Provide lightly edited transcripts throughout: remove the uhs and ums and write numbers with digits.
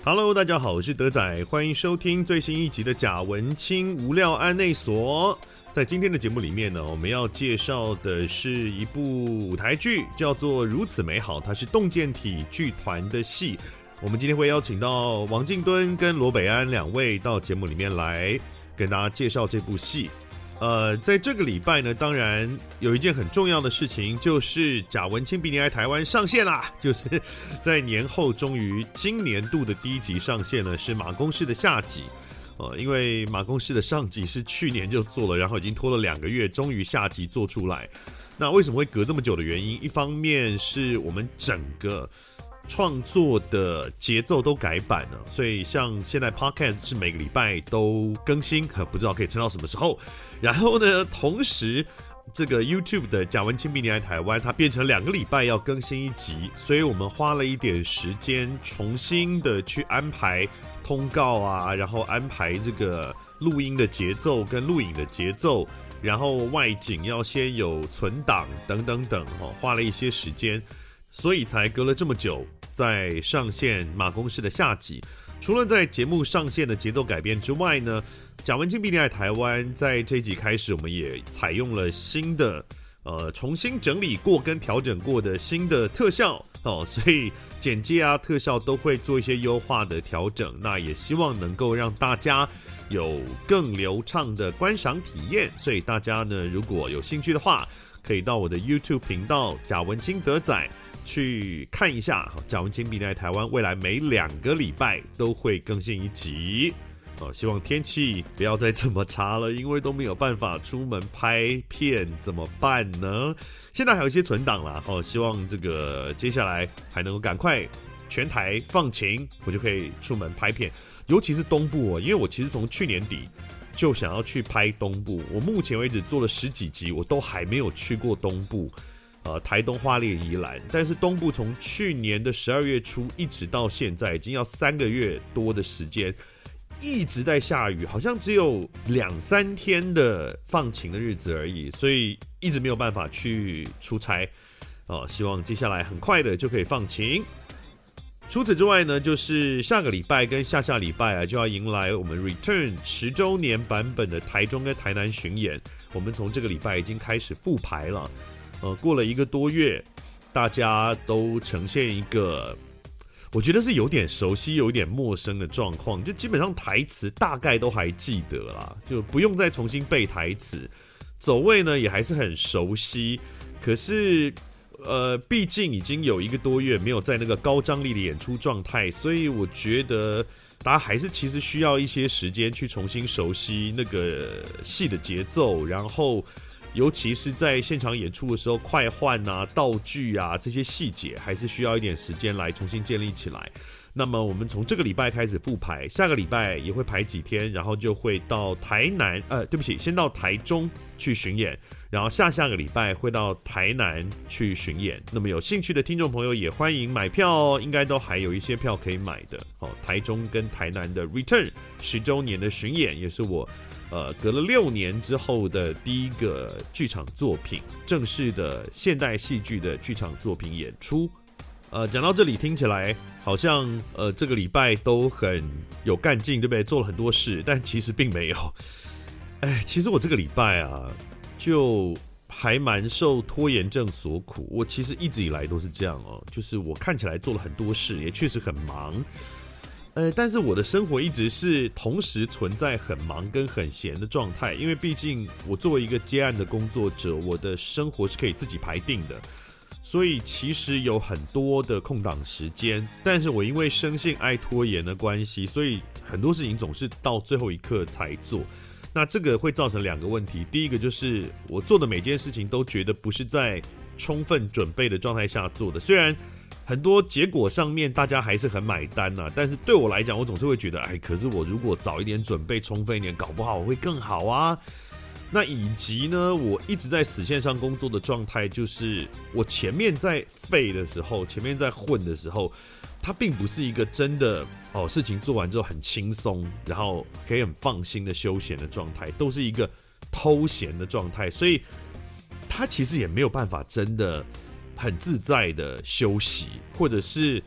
Hello， 大家好，我是德仔，欢迎收听最新一集的贾文清无料案内所。在今天的节目里面呢，我们要介绍的是一部舞台剧，叫做《如此美好》，它是动健体剧团的戏。我们今天会邀请到王靖敦跟罗北安两位到节目里面来跟大家介绍这部戏。在这个礼拜呢，当然有一件很重要的事情，就是贾文清比你爱台湾上线啦，就是在年后终于今年度的第一集上线了，是马公式的下集。因为马公式的上集是去年就做了，然后已经拖了2个月，终于下集做出来。那为什么会隔这么久的原因，一方面是我们整个创作的节奏都改版了，所以像现在 Podcast 是每个礼拜都更新，不知道可以撑到什么时候。然后呢，同时这个 YouTube 的贾文清比你爱台湾，它变成2个礼拜要更新一集，所以我们花了一点时间重新的去安排通告啊，然后安排这个录音的节奏跟录影的节奏，然后外景要先有存档等等等，花了一些时间，所以才隔了这么久在上线马公式的下集。除了在节目上线的节奏改变之外呢，贾文清比你爱台湾在这一集开始，我们也采用了新的重新整理过跟调整过的新的特效所以剪接啊特效都会做一些优化的调整，那也希望能够让大家有更流畅的观赏体验。所以大家呢，如果有兴趣的话，可以到我的 YouTube 频道贾文清德仔去看一下。贾文清比你爱台湾未来每2个礼拜都会更新一集。希望天气不要再这么差了，因为都没有办法出门拍片，怎么办呢？现在还有一些存档啦，希望这个接下来还能够赶快全台放晴，我就可以出门拍片。尤其是东部因为我其实从去年底就想要去拍东部，我目前为止做了10几集，我都还没有去过东部。台东花莲宜兰，但是东部从去年的12月初一直到现在，已经要3个月多的时间，一直在下雨，好像只有2-3天的放晴的日子而已，所以一直没有办法去出差。希望接下来很快的就可以放晴。除此之外呢，就是下个礼拜跟下下礼拜就要迎来我们 Return 10周年版本的台中跟台南巡演。我们从这个礼拜已经开始复排了。过了1个多月，大家都呈现一个我觉得是有点熟悉有点陌生的状况，就基本上台词大概都还记得啦，就不用再重新背台词，走位呢也还是很熟悉。可是毕竟已经有1个多月没有在那个高张力的演出状态，所以我觉得大家还是其实需要一些时间去重新熟悉那个戏的节奏，然后尤其是在现场演出的时候，快换啊、道具啊这些细节，还是需要一点时间来重新建立起来。那么我们从这个礼拜开始复排，下个礼拜也会排几天，然后就会到台南，对不起，先到台中去巡演，然后下个礼拜会到台南去巡演。那么有兴趣的听众朋友也欢迎买票，应该都还有一些票可以买的。台中跟台南的 Return 10周年的巡演，也是我隔了6年之后的第一个剧场作品，正式的现代戏剧的剧场作品演出。讲到这里听起来好像这个礼拜都很有干劲，对不对？做了很多事，但其实并没有。其实我这个礼拜就还蛮受拖延症所苦。我其实一直以来都是这样就是我看起来做了很多事，也确实很忙。但是我的生活一直是同时存在很忙跟很闲的状态，因为毕竟我作为一个接案的工作者，我的生活是可以自己排定的，所以其实有很多的空档时间。但是我因为生性爱拖延的关系，所以很多事情总是到最后一刻才做。那这个会造成2个问题，第一个就是我做的每件事情都觉得不是在充分准备的状态下做的，虽然很多结果上面大家还是很买单但是对我来讲，我总是会觉得可是我如果早一点准备充分一点，搞不好我会更好啊。那以及呢，我一直在死线上工作的状态，就是我前面在废的时候，前面在混的时候，它并不是一个真的事情做完之后很轻松，然后可以很放心的休闲的状态，都是一个偷闲的状态，所以它其实也没有办法真的很自在的休息，或者是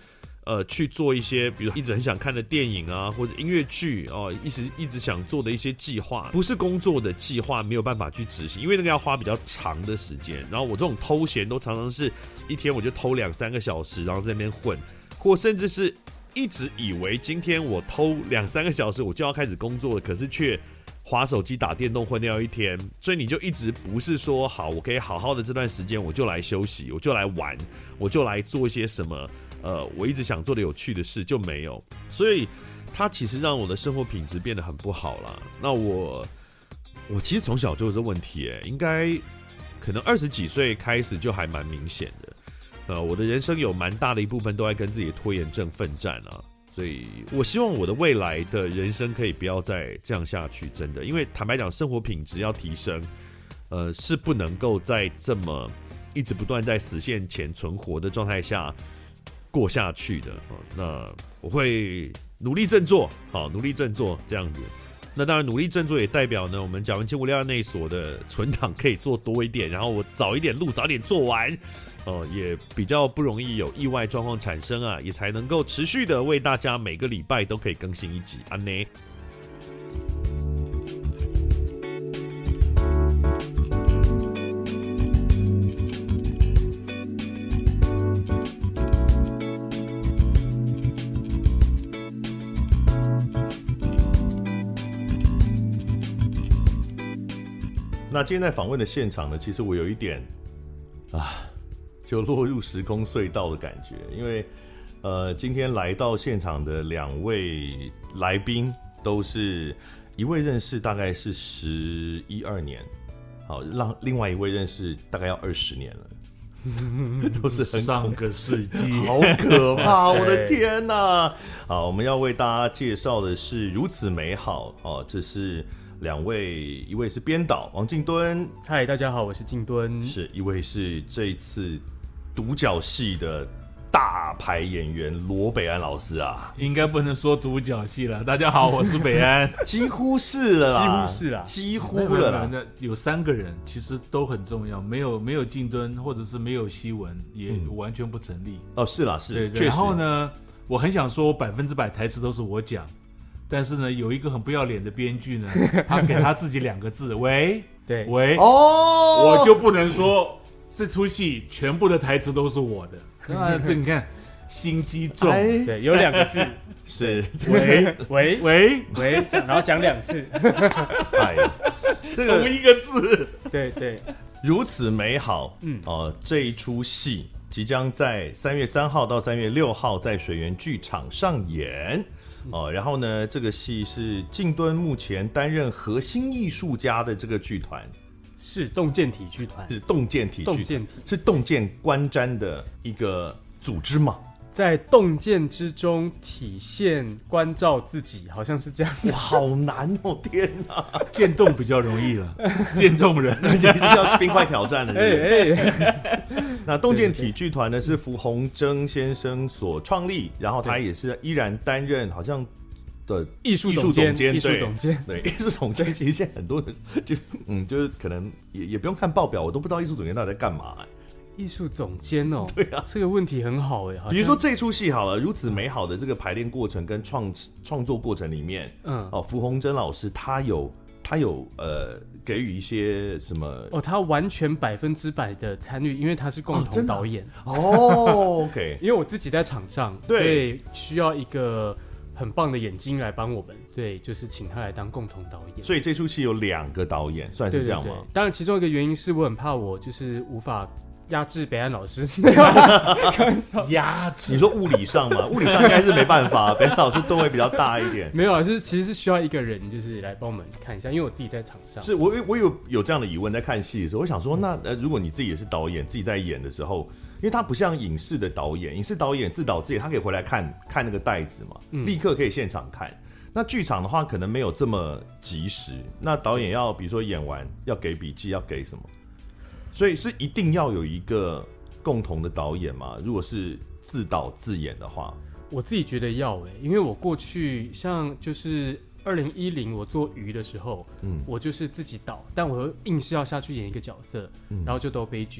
去做一些，比如一直很想看的电影啊，或者音乐剧哦，一直想做的一些计划，不是工作的计划没有办法去执行，因为那个要花比较长的时间。然后我这种偷闲都常常是一天我就偷2-3个小时，然后在那边混，或甚至是一直以为今天我偷2-3个小时我就要开始工作了，可是却滑手机打电动混掉一天，所以你就一直不是说好，我可以好好的这段时间我就来休息，我就来玩，我就来做一些什么我一直想做的有趣的事，就没有。所以它其实让我的生活品质变得很不好啦。那我其实从小就有这问题应该可能20几岁开始就还蛮明显的。我的人生有蛮大的一部分都在跟自己的拖延症奋战啊。所以我希望我的未来的人生可以不要再这样下去，真的，因为坦白讲，生活品质要提升，是不能够在这么一直不断在死线前存活的状态下过下去的。那我会努力振作，好，努力振作这样子。那当然，努力振作也代表呢，我们贾文清无料内所的存档可以做多一点，然后我早一点录，早点做完。也比较不容易有意外状况产生啊，也才能够持续的为大家每个礼拜都可以更新一集安呢。那今天在访问的现场呢，其实我有一点就落入时空隧道的感觉，因为今天来到现场的2位来宾都是一位认识大概是11、12年，好，让另外一位认识大概要20年了，都是很上个世纪， 好可怕！我的天哪！好，我们要为大家介绍的是如此美好哦，这是2位，一位是编导王敬敦， 嗨，大家好，我是敬敦， 是一位是这一次独角戏的大牌演员罗北安老师啊， 应该不能说独角戏了。大家好，我是北安， 几乎是了啦， 几乎了啦。 有3个人，其实都很重要，没有敬敦或者是没有希文，也完全不成立。 是啦，是， 对。然后呢，我很想说100%台词都是我讲，但是呢，有一个很不要脸的编剧呢，他给他自己2个字，喂， 对， 喂，我就不能说。这出戏全部的台词都是我的，这你看心机重， 对，有2个字是喂，然后讲2次， 这个同一个字， 对， 如此美好，这一出戏即将在3月3号到3月6号在水源剧场上演。然后呢，这个戏是敬敦目前担任核心艺术家的这个剧团。 是洞见体剧团， 是洞见体剧团，是洞见观瞻的一个组织嘛？ 在洞见之中体现关照自己，好像是这样。 哇，好难哦！天哪， 渐冻比较容易了，渐冻人其实是要冰块挑战的。那洞见体剧团呢，是符宏征先生所创立，然后他也是依然担任好像的艺术总监，对，艺术总监其实现在很多人就是可能也不用看报表，我都不知道艺术总监到底在干嘛。 艺术总监哦， 对啊， 这个问题很好哎。 比如说这出戏好了，如此美好的这个排练过程跟创作过程里面，符宏征老师他有给予一些什么？ 他完全100%的参与，因为他是共同导演。 OK， 因为我自己在场上，所以需要一个很棒的眼睛来帮我们，所以就是请他来当共同导演。 所以这出戏有2个导演，算是这样吗？ 对，当然其中一个原因是我很怕我就是无法压制北安老师。 压制？ 你说物理上吗？物理上应该是没办法，北安老师吨位比较大一点。 没有啊，其实是需要一个人就是来帮我们看一下，因为我自己在场上。 是我有这样的疑问，在看戏的时候，我想说，那如果你自己也是导演，自己在演的时候。因为他不像影视的导演，影视导演自导自演，他可以回来看那个带子嘛，立刻可以现场看。那剧场的话，可能没有这么及时。那导演要比如说演完要给笔记，要给什么？所以是一定要有一个共同的导演嘛？如果是自导自演的话， 我自己觉得要因为我过去像就是2010我做鱼的时候，我就是自己导，但我硬是要下去演一个角色，然后就都悲剧。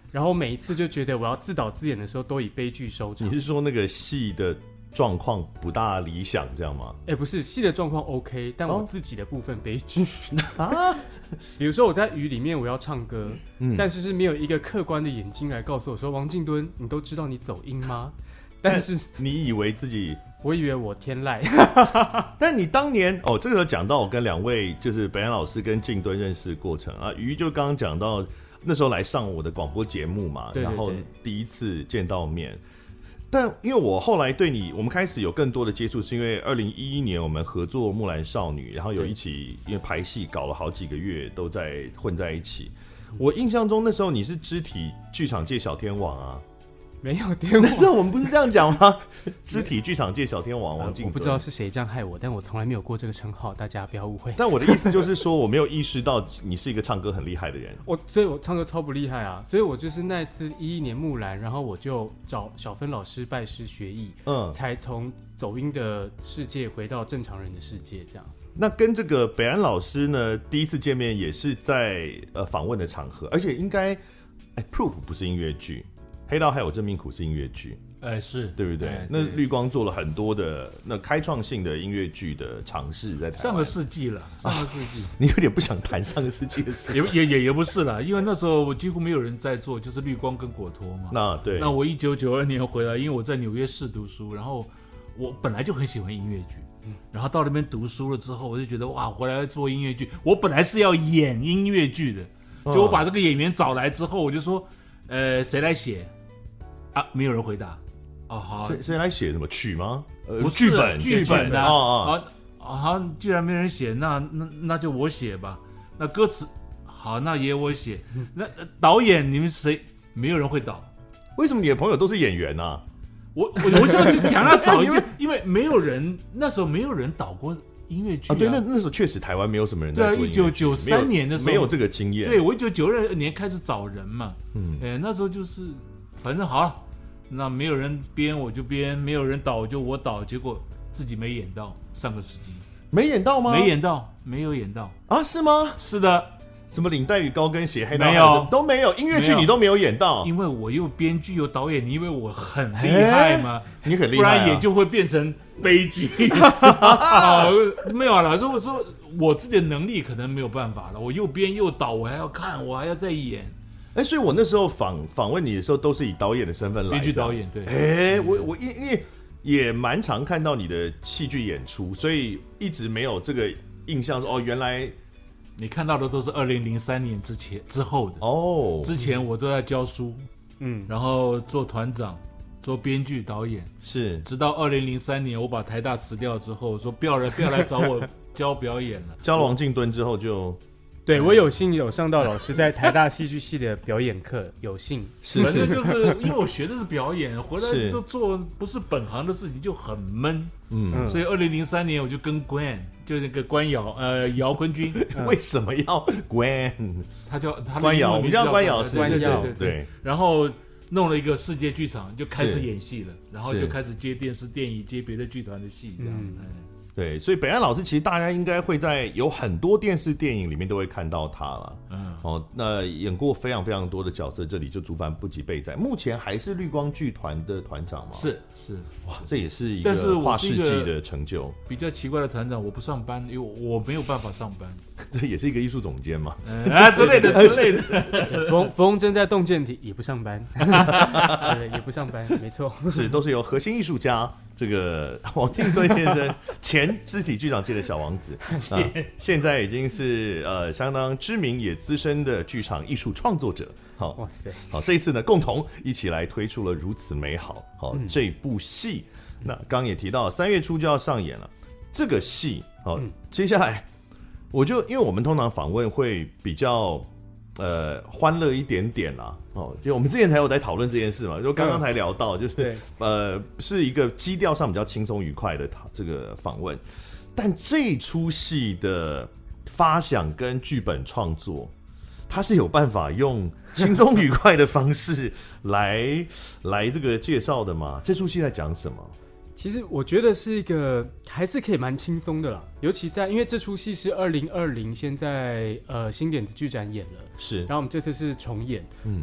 然后每一次就觉得我要自导自演的时候都以悲剧收场。 你是说那个戏的状况不大理想，这样吗？ 不是，戏的状况 OK， 但我自己的部分悲剧啊。比如说我在雨里面我要唱歌，但是没有一个客观的眼睛来告诉我说，王靖敦，你都知道你走音吗？但是你以为自己， 我以为我天籁。 但你当年这个有讲到我跟2位就是北安老师跟靖敦认识的过程啊。鱼就刚刚讲到那时候来上我的广播节目嘛， 对对对， 然后第一次见到面。但因为我后来对你，我们开始有更多的接触，是因为2011年我们合作《木兰少女》，然后有一起因为排戏搞了好几个月，都在混在一起。我印象中那时候你是肢体剧场界小天王啊。 没有天王， 那时候我们不是这样讲吗？肢体剧场界小天王王靖敦， 我不知道是谁这样害我，但我从来没有过这个称号，大家不要误会。 但我的意思就是说，我没有意识到你是一个唱歌很厉害的人。 所以我唱歌超不厉害啊！所以我就是那次2011年木兰，然后我就找小芬老师拜师学艺，才从走音的世界回到正常人的世界，这样。 那跟这个北安老师呢，第一次见面也是在访问的场合，而且应该，Proof 不是音乐剧。黑道还有真命苦是音乐剧， 是对不对？那绿光做了很多的那开创性的音乐剧的尝试，在台湾上个世纪了，上个世纪， 你有点不想谈上个世纪的事， 也不是啦，因为那时候几乎没有人在做，就是绿光跟果陀嘛。那我1992年回来，因为我在纽约市读书，然后我本来就很喜欢音乐剧，然后到那边读书了之后，我就觉得哇，回来做音乐剧，我本来是要演音乐剧的，就我把这个演员找来之后，我就说，谁来写？没有人回答。好， 谁来写什么曲吗？ 不是剧本的好，既然没人写，那就我写吧。那歌词好，那也我写。那导演你们谁？没有人会导。 为什么你的朋友都是演员啊？ 我就想要找一件，因为没有人那时候没有人导过音乐剧对，那时候确实台湾没有什么人在做音乐剧。 对，1993年的时候没有这个经验。 对，我1992年开始找人嘛。那时候就是反正好了。那没有人编我就编，没有人导我导，结果自己没演到上个世纪。 没演到吗？ 没有演到啊？是吗？ 是的。 什么领带与高跟鞋、黑没有都没有，音乐剧你都没有演到。 因为我又编剧又导演，你以为我很厉害吗？ 你很厉害， 不然也就会变成悲剧。没有啦，如果说我自己的能力可能没有办法了，我又编又导，我还要看，我还要再演。 所以我那时候访问你的时候，都是以导演的身份来， 编剧导演。对， 我因为也蛮常看到你的戏剧演出，所以一直没有这个印象说原来你看到的都是2003年之后的之前我都在教书，然后做团长，做编剧导演， 是直到2003年我把台大辞掉之后，说不要来找我教表演了， 教了王靖敦之后就。 对，我有幸有上到老师在台大戏剧系的表演课，有幸。 反正就是因为我学的是表演，回来就做不是本行的事情就很闷。所以2003年我就跟 Gwen， 就那个关瑶姚坤君。 为什么要 Gwen？ 他关瑶，我们叫关瑶， 对。然后弄了一个世界剧场，就开始演戏了，然后就开始接电视、电影、接别的剧团的戏，这样。 对，所以北安老师其实大家应该会在有很多电视电影里面都会看到他了。那演过非常非常多的角色，这里就族繁不及备载。目前还是绿光剧团的团长吗？ 是， 哇，这也是一个跨世纪的成就。 比较奇怪的团长，我不上班，因为我没有办法上班。 这也是一个艺术总监嘛？ 之类的。 冯真在动健体也不上班，对，也不上班，没错， 都是由核心艺术家。这个王靖敦先生，前肢体剧场界的小王子，现在已经是相当知名也资深的剧场艺术创作者。好，这一次呢，共同一起来推出了如此美好这部戏。那刚刚也提到3月初就要上演了这个戏。接下来我就因为我们通常访问会比较欢乐一点点啦。就我们之前才有在讨论这件事嘛，就刚刚才聊到，就是是一个基调上比较轻松愉快的这个访问，但这出戏的发想跟剧本创作，它是有办法用轻松愉快的方式来这个介绍的吗？这出戏在讲什么？ 其实我觉得是一个还是可以蛮轻松的啦，尤其因为这出戏是2020现在新点子剧展演了， 是， 然后我们这次是重演，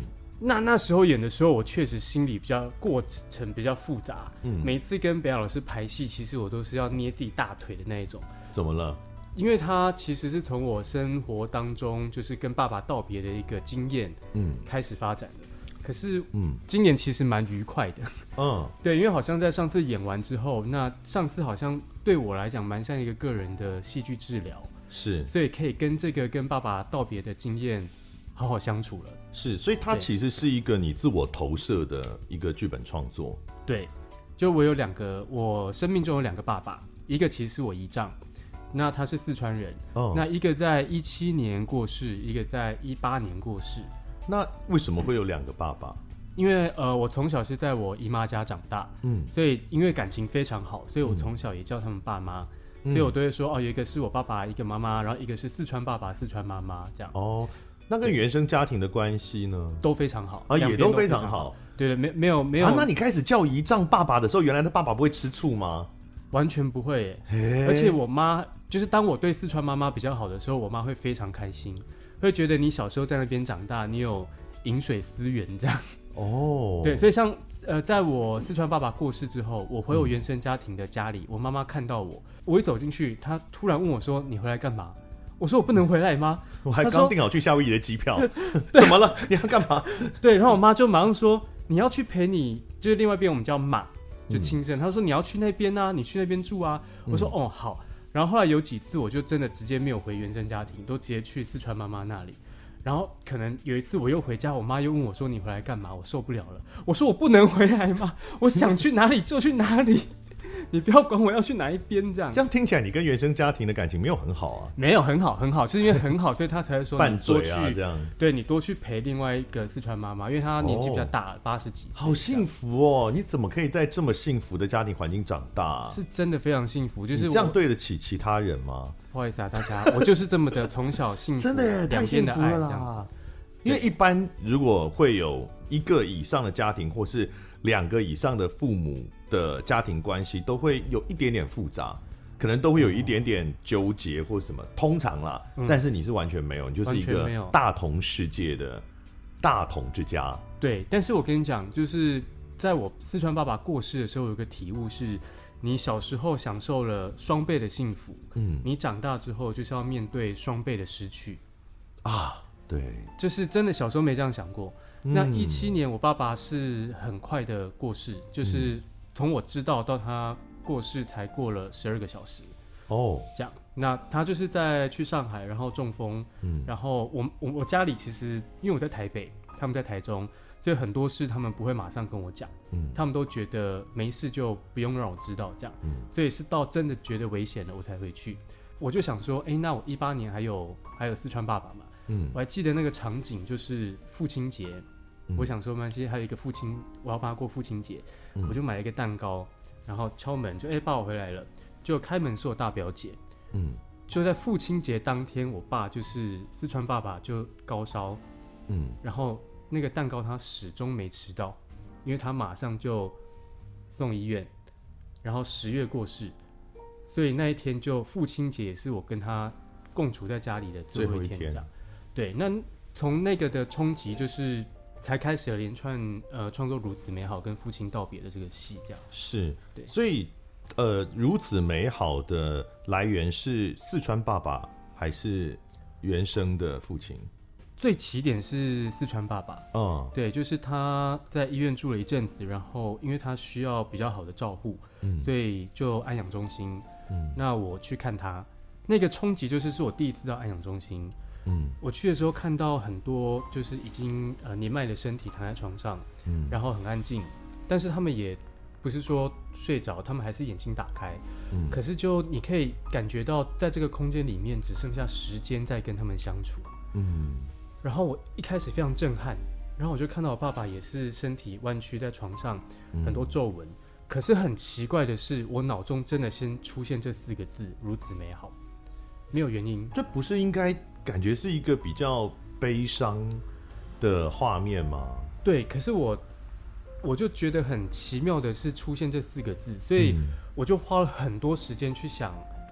那时候演的时候，我确实心里过程比较复杂。每次跟北雅老师排戏，其实我都是要捏自己大腿的那一种。 怎么了？ 因为他其实是从我生活当中就是跟爸爸道别的一个经验，开始发展的。可是，今年其实蛮愉快的。对，因为好像在上次演完之后，那上次好像对我来讲蛮像一个个人的戏剧治疗， 是， 所以可以跟这个跟爸爸道别的经验好好相处了。 是，所以它其实是一个你自我投射的一个剧本创作。 对，就我生命中有2个爸爸，一个其实是我姨丈。那他是四川人，那一个在17年过世，一个在18年过世。 那为什么会有2个爸爸？ 因为我从小是在我姨妈家长大，所以因为感情非常好，所以我从小也叫他们爸妈，所以我都会说有一个是我爸爸，一个妈妈，然后一个是四川爸爸、四川妈妈这样。 那跟原生家庭的关系呢？ 都非常好也都非常好。 对，没有。 那你开始叫姨丈爸爸的时候，原来的爸爸不会吃醋吗？ 完全不会耶。而且我妈就是当我对四川妈妈比较好的时候，我妈会非常开心，会觉得你小时候在那边长大，你有饮水思源这样。对，所以像在我四川爸爸过世之后，我回我原生家庭的家里，我妈妈看到我一走进去，她突然问我说：“你回来干嘛？”我说：“我不能回来吗？” 我还刚订好去夏威夷的机票，怎么了？你要干嘛？ 对，然后我妈就马上说：“你要去陪你，就是另外一边我们叫马。”就亲生，他说你要去那边啊，你去那边住啊。我说好。然后后来有几次，我就真的直接没有回原生家庭，都直接去四川妈妈那里。然后可能有一次我又回家，我妈又问我说：“你回来干嘛？”我受不了了，我说：“我不能回来吗？我想去哪里就去哪里。”你不要管我要去哪一边，这样听起来你跟原生家庭的感情没有很好啊？ 没有很好，是因为很好，所以他才会说拌嘴啊这样。 对，你多去陪另外一个四川妈妈，因为她年纪比较大，80几岁。 好幸福哦！你怎么可以在这么幸福的家庭环境长大？ 是真的非常幸福，就是你这样对得起其他人吗？ 不好意思啊，大家，我就是这么的从小幸福， 真的太幸福了啦！因为一般如果会有1个以上的家庭，或是2个以上的父母的家庭关系，都会有一点点复杂，可能都会有一点点纠结或什么。通常啦，但是你是完全没有，你就是一个大同世界的大同之家。 对，但是我跟你讲，就是在我四川爸爸过世的时候，有一个体悟是：你小时候享受了双倍的幸福，你长大之后就是要面对双倍的失去啊。对， 就是真的小时候没这样想过。那17年我爸爸是很快的过世，就是从我知道到他过世才过了12个小时这样。那他就是在去上海，然后中风，然后我家里其实因为我在台北，他们在台中，所以很多事他们不会马上跟我讲，他们都觉得没事就不用让我知道这样，所以是到真的觉得危险了我才会去。我就想说，那我18年还有四川爸爸嘛。我还记得那个场景，就是父亲节，我想说没关系，还有一个父亲，我要帮他过父亲节，我就买了一个蛋糕，然后敲门就爸我回来了，就开门是我大表姐，就在父亲节当天，我爸就是四川爸爸就高烧，然后那个蛋糕他始终没吃到，因为他马上就送医院，然后10月过世，所以那一天就父亲节也是我跟他共处在家里的最后一天这样。对，那从那个的冲击，就是才开始了连串创作《如此美好》跟父亲道别的这个戏，这样是。对，所以如此美好的来源是四川爸爸还是原生的父亲？ 最起点是四川爸爸，对，就是他在医院住了一阵子，然后因为他需要比较好的照护，所以就安养中心。那我去看他，那个冲击就是我第一次到安养中心。我去的时候看到很多就是已经年迈的身体躺在床上，然后很安静，但是他们也不是说睡着，他们还是眼睛打开，可是就你可以感觉到在这个空间里面只剩下时间在跟他们相处。然后我一开始非常震撼，然后我就看到我爸爸也是身体弯曲在床上，很多皱纹，可是很奇怪的是，我脑中真的先出现这4个字：如此美好，没有原因。 这不是应该感觉是一个比较悲伤的画面吗？ 对，可是我就觉得很奇妙的是出现这4个字，所以我就花了很多时间去想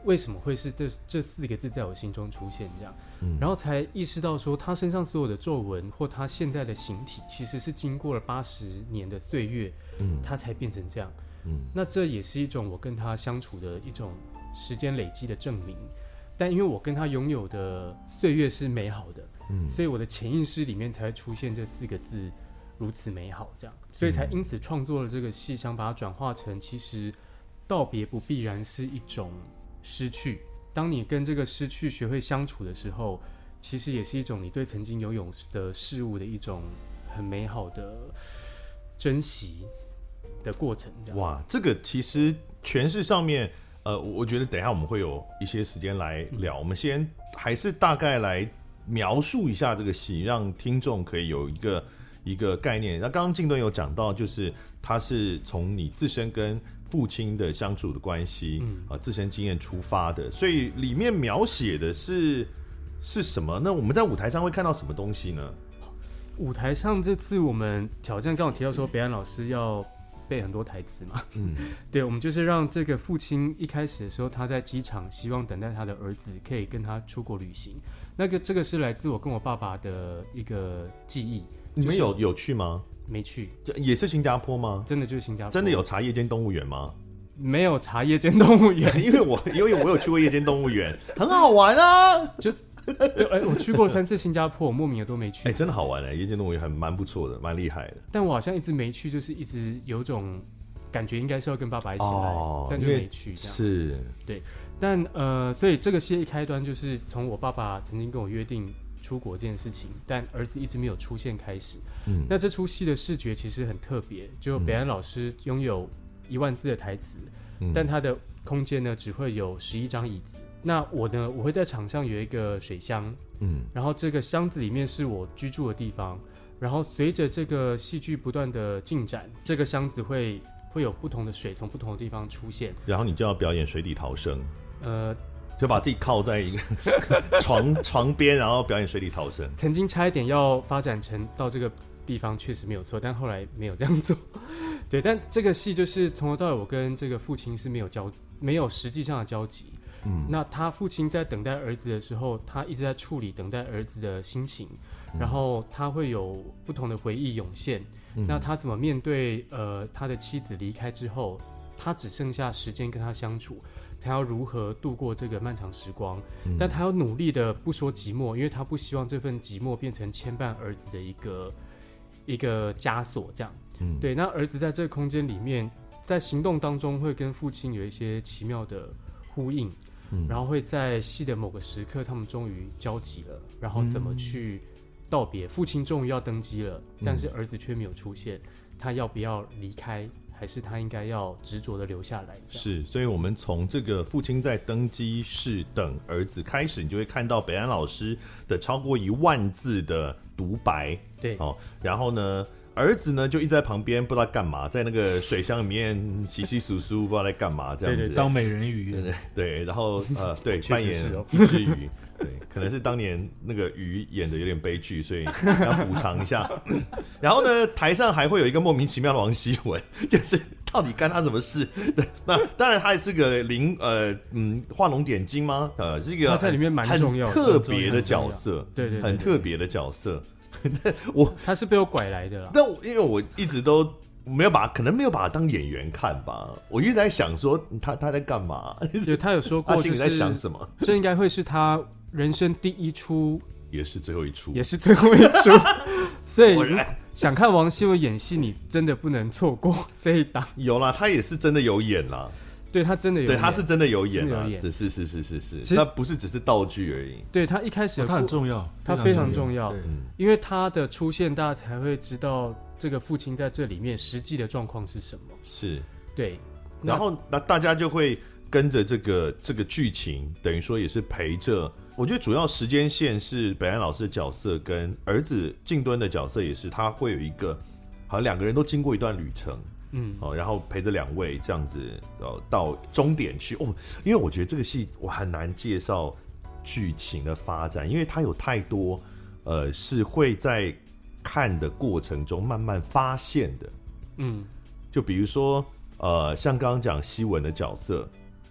为什么会是这4个字在我心中出现这样？然后才意识到说，他身上所有的皱纹或他现在的形体，其实是经过了80年的岁月，他才变成这样。那这也是一种我跟他相处的一种时间累积的证明。但因为我跟他拥有的岁月是美好的，所以我的潜意识里面才会出现这4个字如此美好这样，所以才因此创作了这个戏，想把它转化成其实道别不必然是一种失去，当你跟这个失去学会相处的时候，其实也是一种你对曾经拥有的事物的一种很美好的珍惜的过程。 哇，这个其实诠释上面，我觉得等一下我们会有一些时间来聊。我们先还是大概来描述一下这个戏，让听众可以有一个概念。那刚刚靖敦有讲到，就是他是从你自身跟父亲的相处的关系，自身经验出发的，所以里面描写的是什么？那我们在舞台上会看到什么东西呢？ 舞台上这次我们挑战，刚刚提到说北安老师要背很多台词嘛，对，我们就是让这个父亲一开始的时候，他在机场希望等待他的儿子可以跟他出国旅行，这个是来自我跟我爸爸的一个记忆。 你们有去吗？ 没去， 也是新加坡吗？ 真的就是新加坡。 真的有查夜间动物园吗？ 没有查夜间动物园， 因为我有去过夜间动物园，很好玩啊！ 我去过3次新加坡，我莫名的都没去。 真的好玩夜间动物园蛮不错的，蛮厉害的。 但我好像一直没去，就是一直有种感觉应该是要跟爸爸一起来，但就没去。这样是， 对。但所以这个戏一开端就是从我爸爸曾经跟我约定出国这件事情，但儿子一直没有出现开始。那这出戏的视觉其实很特别，就北安老师拥有1万字的台词，但他的空间呢只会有11张椅子。那我呢，我会在场上有一个水箱，然后这个箱子里面是我居住的地方，然后随着这个戏剧不断的进展，这个箱子会有不同的水从不同的地方出现， 然后你就要表演水底逃生。就把自己靠在一个床边，然后表演水底逃生。 曾经差一点要发展成到这个地方，确实没有错，但后来没有这样做。对，但这个戏就是从头到尾，我跟这个父亲是没有实际上的交集。那他父亲在等待儿子的时候，他一直在处理等待儿子的心情，然后他会有不同的回忆涌现。那他怎么面对他的妻子离开之后，他只剩下时间跟他相处。他要如何度过这个漫长时光，但他要努力的不说寂寞，因为他不希望这份寂寞变成牵绊儿子的一个枷锁这样。对，那儿子在这个空间里面，在行动当中会跟父亲有一些奇妙的呼应，然后会在戏的某个时刻他们终于交集了，然后怎么去道别，父亲终于要登基了，但是儿子却没有出现，他要不要离开，还是他应该要执着的留下来？ 是，所以我们从这个父亲在登基室等儿子开始，你就会看到北安老师的超过1万字的独白。 对， 然后呢，儿子呢就一直在旁边不知道干嘛，在那个水箱里面洗洗簌簌，不知道在干嘛这样子。 对，当美人鱼。 对，然后对，扮演一只鱼。对，可能是当年那个鱼演的有点悲剧，所以要补偿一下。然后呢，台上还会有一个莫名其妙的王希文，就是到底干他什么事？那当然他也是个画龙点睛吗？是一个他在里面蛮重要的、 很特别的角色， 对， 很特别的角色。 他是被我拐来的啦， 但因为我一直都可能没有把他当演员看吧。我一直在想说他在干嘛？ 就他有说过， 他心里在想什么？ 这应该会是他人生第一出， 也是最后一出， 所以想看王希文演戏，你真的不能错过这一档。 有啦，他也是真的有演啦。 对，他真的有演， 对，他是真的有演啦，是，他不是只是道具而已。 对，他一开始他很重要， 他非常重要，因为他的出现，大家才会知道这个父亲在这里面实际的状况是什么。 是， 对， 然后大家就会跟着这个剧情，等于说也是陪着。我觉得主要时间线是北安老师的角色跟儿子靖敦的角色，也是他会有一个好像2个人都经过一段旅程。然后陪着2位这样子到终点去因为我觉得这个戏我很难介绍剧情的发展，因为它有太多是会在看的过程中慢慢发现的。就比如说像刚刚讲希文的角色，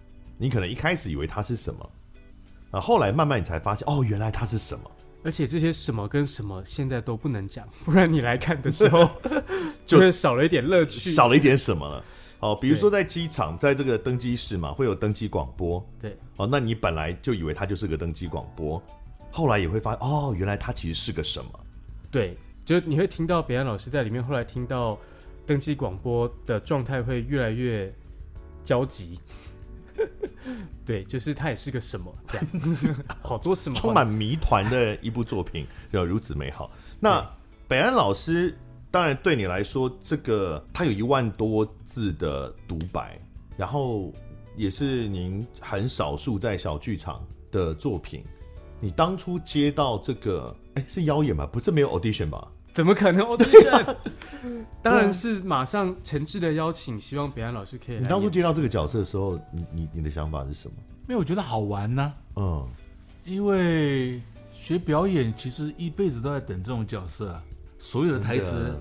你可能一开始以为它是什么，后来慢慢你才发现，原来它是什么。 而且这些什么跟什么现在都不能讲，不然你来看的时候就会少了一点乐趣， 少了一点什么了。比如说在机场，在这个登机室嘛，会有登机广播。 对， 那你本来就以为它就是个登机广播，后来也会发现，原来它其实是个什么。 对，就你会听到北安老师在里面，后来听到登机广播的状态会越来越焦急。对，就是它也是个什么这样，好多什么， 充满谜团的一部作品，就如此美好。那北安老师，当然对你来说，这个他有1万多字的独白，然后也是您很少数在小剧场的作品。你当初接到这个，是邀演吧？不是没有 audition 吧？ 怎么可能 audition？ 当然是马上诚挚的邀请，希望北安老师可以来演。 你当初接到这个角色的时候，你的想法是什么？ 因为我觉得好玩呢。因为学表演其实一辈子都在等这种角色啊，所有的台词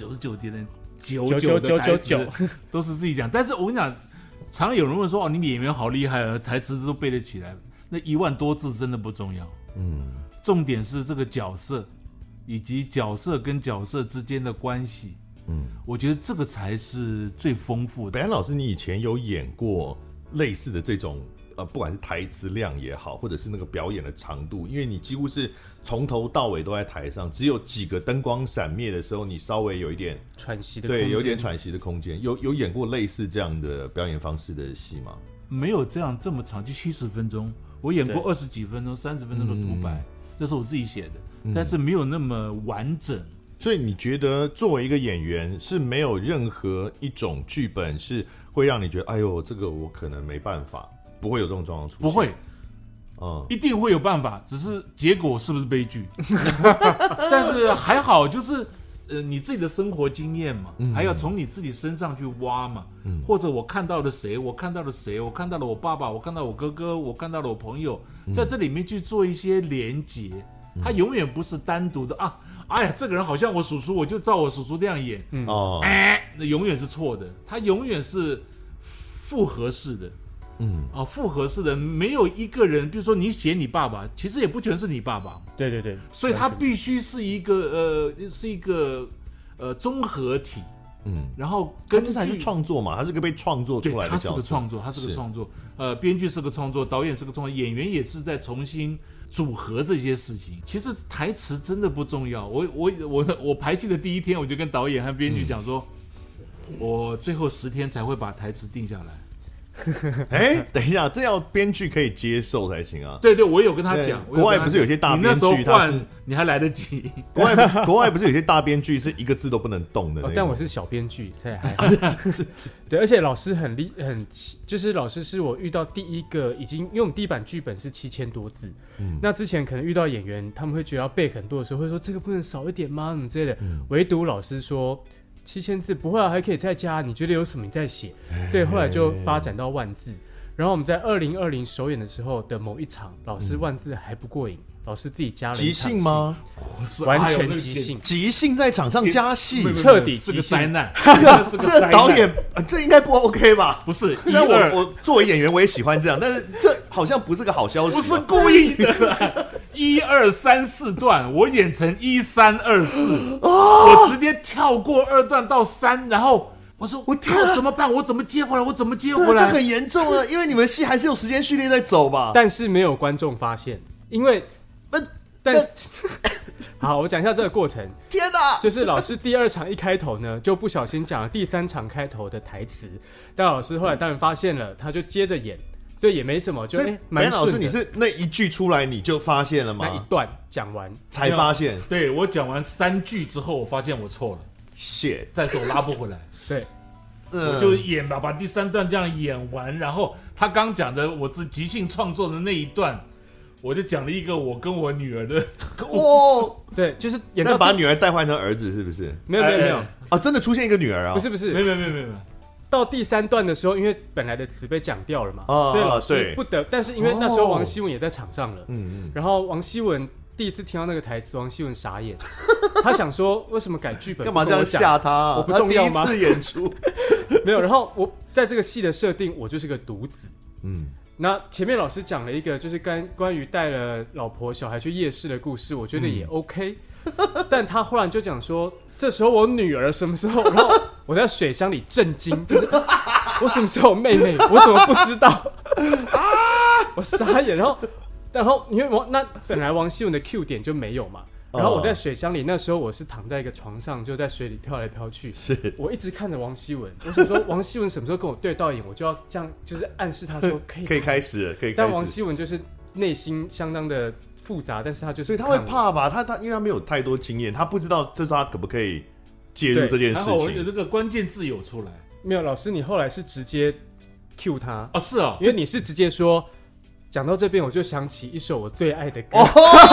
99.99%的台词都是自己讲。但是我跟你讲，常常有人问说，你演员好厉害啊，台词都背得起来。那1万多字真的不重要。重点是这个角色。以及角色跟角色之间的关系，我觉得这个才是最丰富的。 北安老师，你以前有演过类似的这种不管是台词量也好，或者是那个表演的长度，因为你几乎是从头到尾都在台上，只有几个灯光闪灭的时候，你稍微有一点喘息的空间， 对，有一点喘息的空间。有演过类似这样的表演方式的戏吗？ 没有这么长，就70分钟。我演过20几分钟、30分钟的独白，那是我自己写的，但是没有那么完整。 所以你觉得作为一个演员，是没有任何一种剧本是会让你觉得，哎呦，这个我可能没办法，不会有这种状况出现？ 不会，一定会有办法，只是结果是不是悲剧？但是还好，就是你自己的生活经验嘛，还要从你自己身上去挖嘛，或者我看到了谁，我看到了谁，我看到了我爸爸，我看到我哥哥，我看到了我朋友，在这里面去做一些连结，他永远不是单独的啊。哎呀，这个人好像我叔叔，我就照我叔叔那样演，那永远是错的，他永远是复合式的。复合式的，没有一个人，比如说你写你爸爸，其实也不全是你爸爸。 对对对， 所以他必须是一个综合体。然后根据他是创作嘛，他是个被创作出来的角色， 他是个创作，编剧是个创作，导演是个创作，演员也是在重新组合这些事情。其实台词真的不重要。我排戏的第一天，我就跟导演和编剧讲说，我最后10天才会把台词定下来。 等一下，这要编剧可以接受才行啊。 对，我有跟他讲。 国外不是有些大编剧， 你那时候换你还来得及。 国外不是有些大编剧是一个字都不能动的， 但我是小编剧，所以还好。对，而且老师就是老师是我遇到第一个已经，因为我们第一版剧本是7000多字，那之前可能遇到演员，他们会觉得要背很多的时候，会说这个不能少一点吗？什么之类的。唯独老师说7000字不会啊，还可以再加，你觉得有什么你再写，所以后来就发展到10000字。然后我们在2020首演的时候的某一场，老师10000字还不过瘾，老师自己加了一场戏。 即兴吗？ 完全即兴， 即兴在场上加戏， 彻底是个灾难。 这导演这应该不 OK 吧？ 不是， 虽然我作为演员我也喜欢这样，但是这好像不是个好消息。 不是故意的。1、2、3、4段，我演成1、3、2、4，我直接跳过2段到3，然后我说我怎么办？我怎么接回来？ 对，这很严重了，因为你们戏还是有时间序列在走吧？ 但是没有观众发现，因为但是好，我讲一下这个过程。 天哪！ 就是老师第2场一开头呢，就不小心讲了第3场开头的台词，但老师后来当然发现了，他就接着演。所以也没什么，就蛮顺的。 老师，你是那一句出来你就发现了吗？ 那一段讲完才发现。 对，我讲完3句之后，我发现我错了。 shit， 但是我拉不回来。 对， 我就演吧，把第3段这样演完，然后他刚讲的我是即兴创作的那一段，我就讲了一个我跟我女儿的。 对，就是演到把女儿代换成儿子，是不是？ 没有啊，真的出现一个女儿啊？ 不是， 没有。 到第3段的时候，因为本来的词被讲掉了嘛，所以老师不得。但是因为那时候王希文也在场上了，然后王希文第一次听到那个台词，王希文傻眼，他想说为什么改剧本？ 干嘛这样吓他？ 我不重要吗？ 他第一次演出没有。然后我在这个戏的设定，我就是个独子， 那前面老师讲了一个就是关于带了老婆小孩去夜市的故事，我觉得也 OK，但他忽然就讲说，这时候我女儿什么时候？然后我在水箱里震惊，就是我什么时候有妹妹，我怎么不知道？我傻眼，然后因为那本来王希文的 Q 点就没有嘛。然后我在水箱里，那时候我是躺在一个床上，就在水里飘来飘去。 是我一直看着王希文，我想说王希文什么时候跟我对到眼，我就要这样，就是暗示他说可以开始了，可以开始。 但王希文就是内心相当的复杂，但是他就是所以他会怕吧？他因为他没有太多经验，他不知道这时候他可不可以介入这件事情。 我有这个关键字有出来没有？老师，你后来是直接 cue 他哦，是哦， 因为你是直接说，讲到这边我就想起一首我最爱的歌。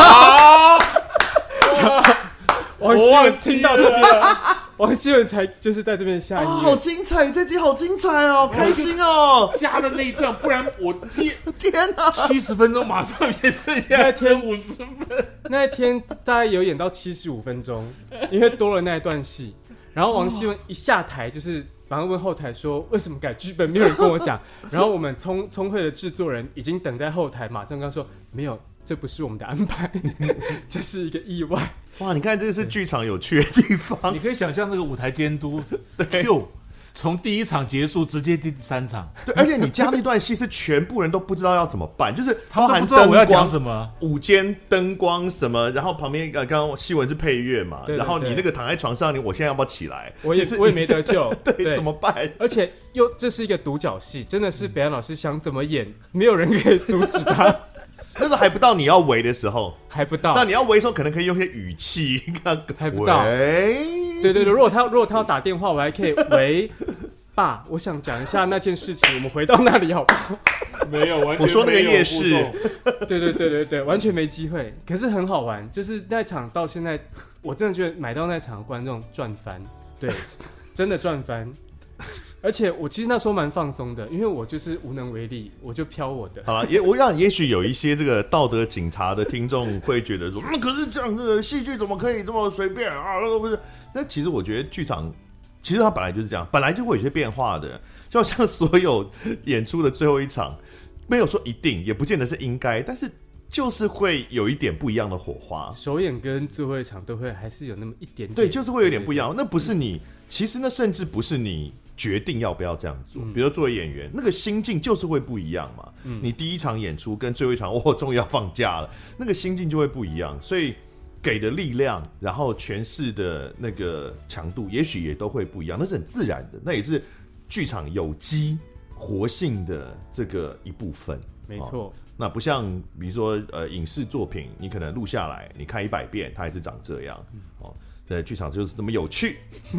王希文听到这边了，王希文才就是在这边下音乐， 好精彩，这集好精彩哦，开心哦！ 加了那一段，不然我天哪 ，70分钟马上也剩下那天50分， 那一天大概有演到75分钟，因为多了那一段戏。然后王希文一下台就是马上问后台说为什么改剧本，没有人跟我讲。然后我们聪慧的制作人已经等在后台，马上跟他说没有。这不是我们的安排，这是一个意外。 哇，你看这是剧场有趣的地方。 你可以想象那个舞台监督 Q 从第一场结束直接第3场。 对，而且你加那段戏是全部人都不知道要怎么办，就是他们不知道我要讲什么， 午间灯光什么，然后旁边刚刚希文是配乐嘛， 对对对， 然后你那个躺在床上，我现在要不要起来？ 我也没得救， 对，怎么办？ 而且这是一个独角戏，真的是北安老师想怎么演，没有人可以阻止他。 那时候还不到你要围的时候， 还不到。 那你要围的时候，可能可以用些语气， 还不到。对，如果他要打电话，我还可以喂爸，我想讲一下那件事情，我们回到那里好不好？ 没有，完全没有。 我说那个夜市， 对，完全没机会。可是很好玩，就是那场到现在，我真的觉得买到那场的观众赚翻，对，真的赚翻。而且我其实那时候蛮放松的，因为我就是无能为力，我就飘我的。 好了，我想也许有一些这个道德警察的听众会觉得说，可是这样的戏剧怎么可以这么随便啊？那不是？那其实我觉得剧场其实它本来就是这样，本来就会有些变化的，就像所有演出的最后一场，没有说一定，也不见得是应该，但是就是会有一点不一样的火花。 首演跟最后一场都会还是有那么一点点， 对，就是会有点不一样。那不是你，其实那甚至不是你决定要不要这样做。比如说作为演员，那个心境就是会不一样嘛。你第一场演出跟最后一场，终于要放假了，那个心境就会不一样。所以给的力量，然后诠释的那个强度，也许也都会不一样。那是很自然的，那也是剧场有机活性的这个一部分。 没错。 那不像比如说影视作品，你可能录下来，你看100遍，它还是长这样。剧场就是这么有趣。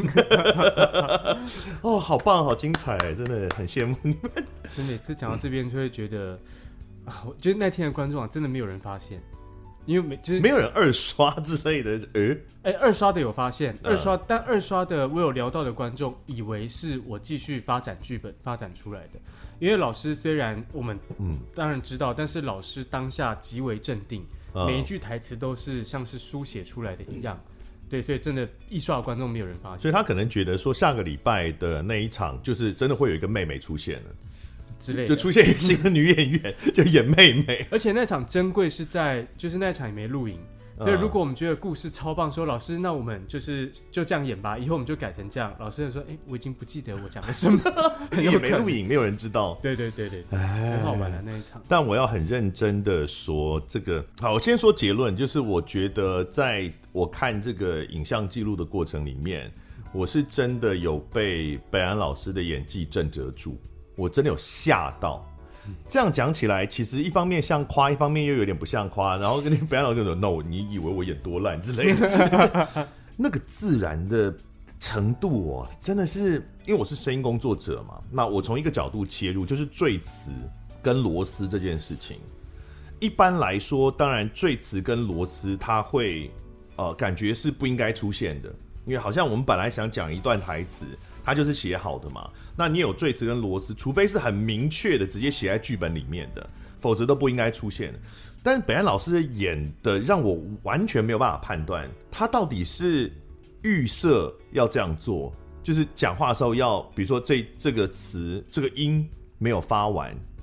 好棒，好精彩，真的很羡慕你们。 就每次讲到这边，就会觉得，就是那天的观众真的没有人发现，因为就是没有人二刷之类的。 二刷的有发现，但二刷的我有聊到的观众以为是我继续发展剧本发展出来的。因为老师虽然我们当然知道，但是老师当下极为镇定，每一句台词都是像是书写出来的一样。对，所以真的一刷的观众没有人发现， 所以他可能觉得说下个礼拜的那一场就是真的会有一个妹妹出现了之类的， 就出现一个新的女演员就演妹妹。 而且那场珍贵是在就是那场也没录影，所以如果我们觉得故事超棒，说老师那我们就这样演吧，以后我们就改成这样。老师就说我已经不记得我讲了什么， 也没录影，没有人知道。 对，很好玩的那一场。 但我要很认真的说这个，好，我先说结论，就是我觉得在我看这个影像记录的过程里面，我是真的有被北安老师的演技震慑住，我真的有吓到。这样讲起来，其实一方面像夸，一方面又有点不像夸。然后跟你北安老师说 ：“No， 你以为我演多烂之类的。”那个自然的程度真的是因为我是声音工作者嘛。那我从一个角度切入，就是赘词跟螺丝这件事情。一般来说，当然赘词跟螺丝它会感觉是不应该出现的，因为好像我们本来想讲一段台词。它就是写好的嘛，那你有赘词跟螺丝，除非是很明确的直接写在剧本里面的，否则都不应该出现。但是北安老师演的让我完全没有办法判断，他到底是预设要这样做，就是讲话的时候要，比如说这个词这个音没有发完，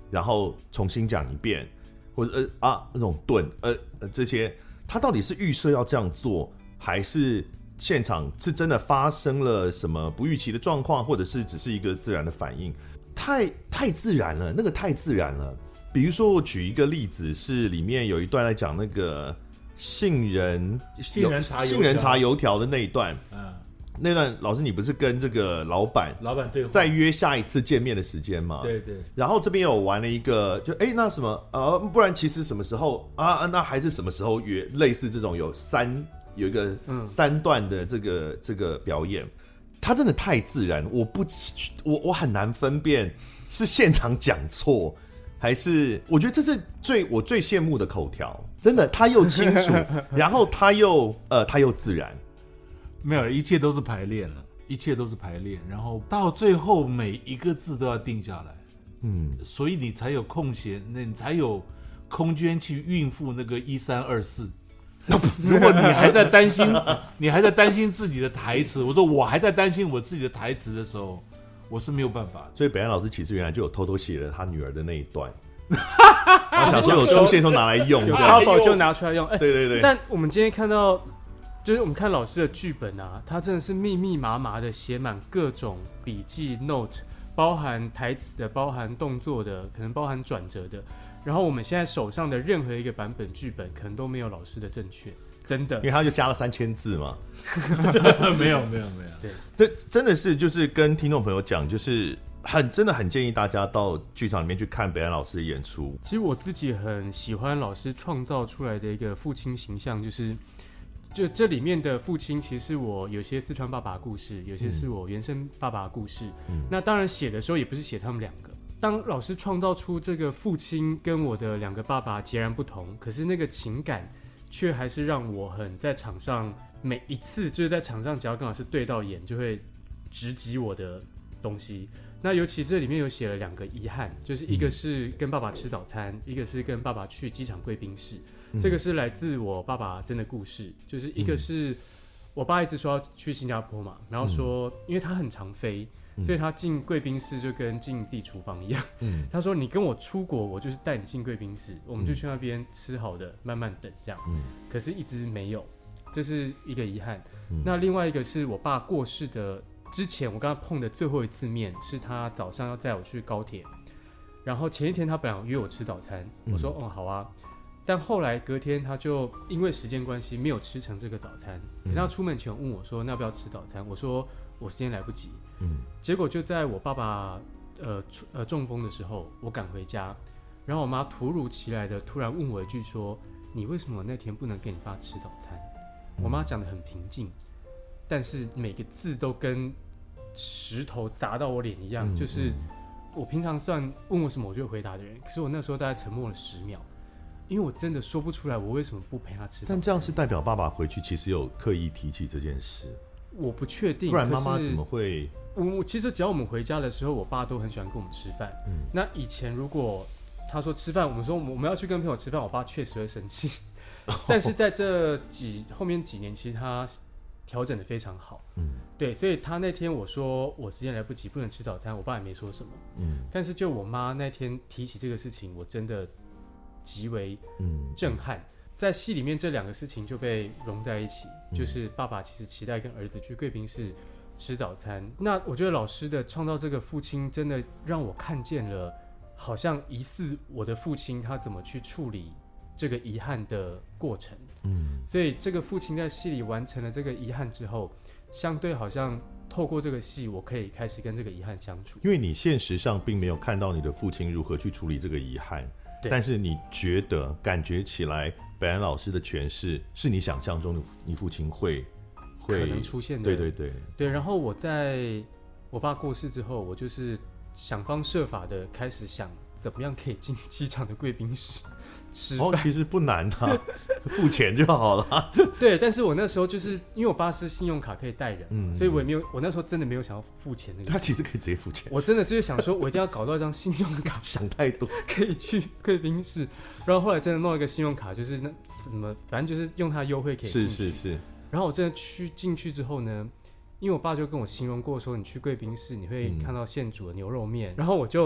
然后重新讲一遍，或者那种顿这些，他到底是预设要这样做，还是现场是真的发生了什么不预期的状况，或者是只是一个自然的反应？太自然了，那个太自然了。比如说我举一个例子，是里面有一段来讲那个杏仁茶油条的那一段，那段老师你不是跟这个老板对话， 再约下一次见面的时间吗？ 对。 然后这边有玩了一个，就那什么不然其实什么时候那还是什么时候约？类似这种有一个3段的这个表演，它真的太自然，我很难分辨是现场讲错，还是我觉得这是我最羡慕的口条，真的，他又清楚，然后他又自然。 没有，一切都是排练了，然后到最后每一个字都要定下来，所以你才有空闲，你才有空间去应付那个1324。如果你还在担心自己的台词，我还在担心我自己的台词的时候，我是没有办法。 所以北安老师其实原来就有偷偷写了他女儿的那一段，想说有出现时候拿来用， 有插宝就拿出来用。 对。 但我们今天看到。就是我们看老师的剧本啊，他真的是密密麻麻的写满各种笔记 note， 包含台词的，包含动作的，可能包含转折的。然后我们现在手上的任何一个版本剧本，可能都没有老师的正确，真的。 因为他就加了3000字嘛。 没有。 对，真的是就是跟听众朋友讲，就是真的很建议大家到剧场里面去看北安老师的演出。 其实我自己很喜欢老师创造出来的一个父亲形象，就这里面的父亲，其实我有些四川爸爸的故事，有些是我原生爸爸的故事。那当然写的时候也不是写他们两个。当老师创造出这个父亲跟我的2个爸爸截然不同，可是那个情感却还是让我很在场上每一次就是在场上只要跟老师对到眼，就会直击我的东西。那尤其这里面有写了2个遗憾，就是一个是跟爸爸吃早餐，一个是跟爸爸去机场贵宾室。这个是来自我爸爸真的故事，就是一个是我爸一直说要去新加坡嘛，然后说因为他很常飞，所以他进贵宾室就跟进自己厨房一样。他说你跟我出国，我就是带你进贵宾室，我们就去那边吃好的，慢慢等这样。可是一直没有，这是一个遗憾。那另外一个是我爸过世的之前，我跟他碰的最后一次面，是他早上要载我去高铁，然后前一天他本来约我吃早餐，我说好啊。但后来隔天他就因为时间关系没有吃成这个早餐，可是他出门前问我说那要不要吃早餐，我说我时间来不及。结果就在我爸爸中风的时候，我赶回家，然后我妈突如其来的突然问我一句说你为什么那天不能给你爸吃早餐？我妈讲得很平静，但是每个字都跟石头砸到我脸一样，就是我平常算问我什么我就会回答的人，可是我那时候大概沉默了10秒，因为我真的说不出来我为什么不陪他吃。 但这样是代表爸爸回去其实有刻意提起这件事？ 我不确定， 不然妈妈怎么会？ 我其实只要我们回家的时候，我爸都很喜欢跟我们吃饭。那以前如果他说吃饭，我们说我们要去跟朋友吃饭，我爸确实会生气。但是在这后面几年，其实他调整得非常好。对，所以他那天我说我时间来不及，不能吃早餐，我爸也没说什么。但是就我妈那天提起这个事情，我真的极为震撼。在戏里面这2个事情就被融在一起，就是爸爸其实期待跟儿子去贵宾室吃早餐。那我觉得老师的创造这个父亲，真的让我看见了，好像疑似我的父亲他怎么去处理这个遗憾的过程。所以这个父亲在戏里完成了这个遗憾之后，相对好像透过这个戏，我可以开始跟这个遗憾相处。 因为你现实上并没有看到你的父亲如何去处理这个遗憾，但是你感觉起来北安老师的诠释是你想象中的你父亲会可能出现的。对。然后我在我爸过世之后，我就是想方设法的开始想怎么样可以进机场的贵宾室吃饭。 其实不难啊，付钱就好了。 对，但是我那时候就是因为我爸是信用卡可以带人，所以我那时候真的没有想要付钱那个。 他其实可以直接付钱。 我真的就是想说，我一定要搞到一张信用卡， 想太多， 可以去贵宾室。然后后来真的弄一个信用卡，就是那什么，反正就是用它优惠可以进去。 是。 然后我真的进去之后呢，因为我爸就跟我形容过说，你去贵宾室你会看到现煮的牛肉面，然后我就